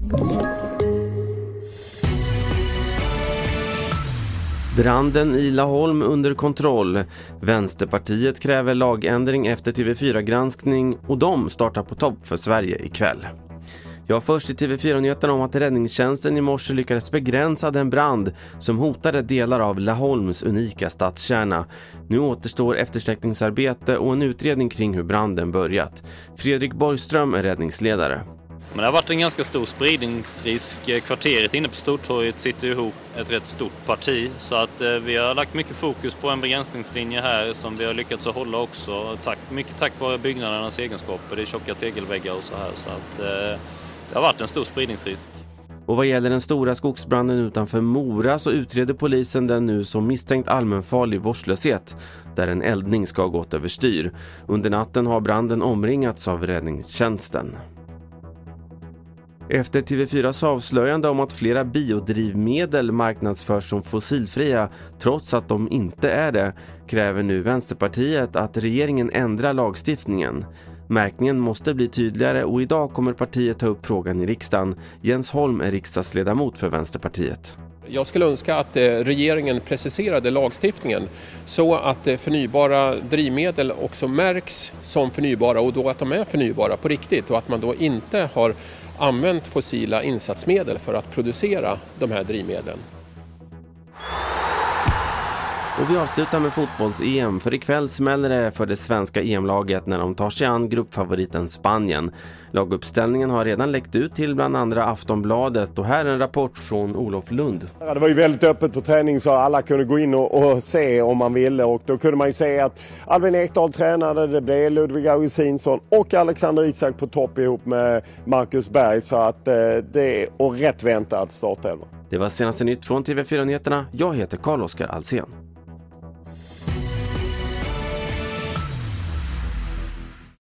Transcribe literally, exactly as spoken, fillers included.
Branden i Laholm under kontroll. Vänsterpartiet kräver lagändring efter T V fyra-granskning och de startar på topp för Sverige ikväll. Jag först i T V fyra-nyheterna om att räddningstjänsten i morse lyckades begränsa den brand som hotade delar av Laholms unika stadskärna. Nu återstår eftersläckningsarbete och en utredning kring hur branden börjat. Fredrik Borgström är räddningsledare. Men det har varit en ganska stor spridningsrisk. Kvarteret inne på Stortorget sitter ihop ett rätt stort parti. Så att eh, vi har lagt mycket fokus på en begränsningslinje här som vi har lyckats att hålla också. Tack, mycket tack vare byggnadernas egenskaper. Det är tjocka tegelväggar och så här. Så att eh, det har varit en stor spridningsrisk. Och vad gäller den stora skogsbranden utanför Mora så utreder polisen den nu som misstänkt allmänfarlig vårdslöshet där en eldning ska ha gått överstyr. Under natten har branden omringats av räddningstjänsten. Efter T V fyras avslöjande om att flera biodrivmedel marknadsförs som fossilfria trots att de inte är det, kräver nu Vänsterpartiet att regeringen ändrar lagstiftningen. Märkningen måste bli tydligare och idag kommer partiet ta upp frågan i riksdagen. Jens Holm är riksdagsledamot för Vänsterpartiet. Jag skulle önska att regeringen preciserade lagstiftningen så att förnybara drivmedel också märks som förnybara och då att de är förnybara på riktigt och att man då inte har använt fossila insatsmedel för att producera de här drivmedlen. Och vi avslutar med fotbolls-E M, för ikväll smäller det för det svenska E M-laget när de tar sig an gruppfavoriten Spanien. Laguppställningen har redan läckt ut till bland andra Aftonbladet och här är en rapport från Olof Lund. Ja, det var ju väldigt öppet på träning så alla kunde gå in och, och se om man ville och då kunde man ju se att Albin Ekdal tränade, det blev Ludvig Augustinsson och Alexander Isak på topp ihop med Marcus Berg så att eh, det är och rätt väntat startelva. Det var senaste nytt från T V fyra-nyheterna. Jag heter Carl-Oskar Alsen.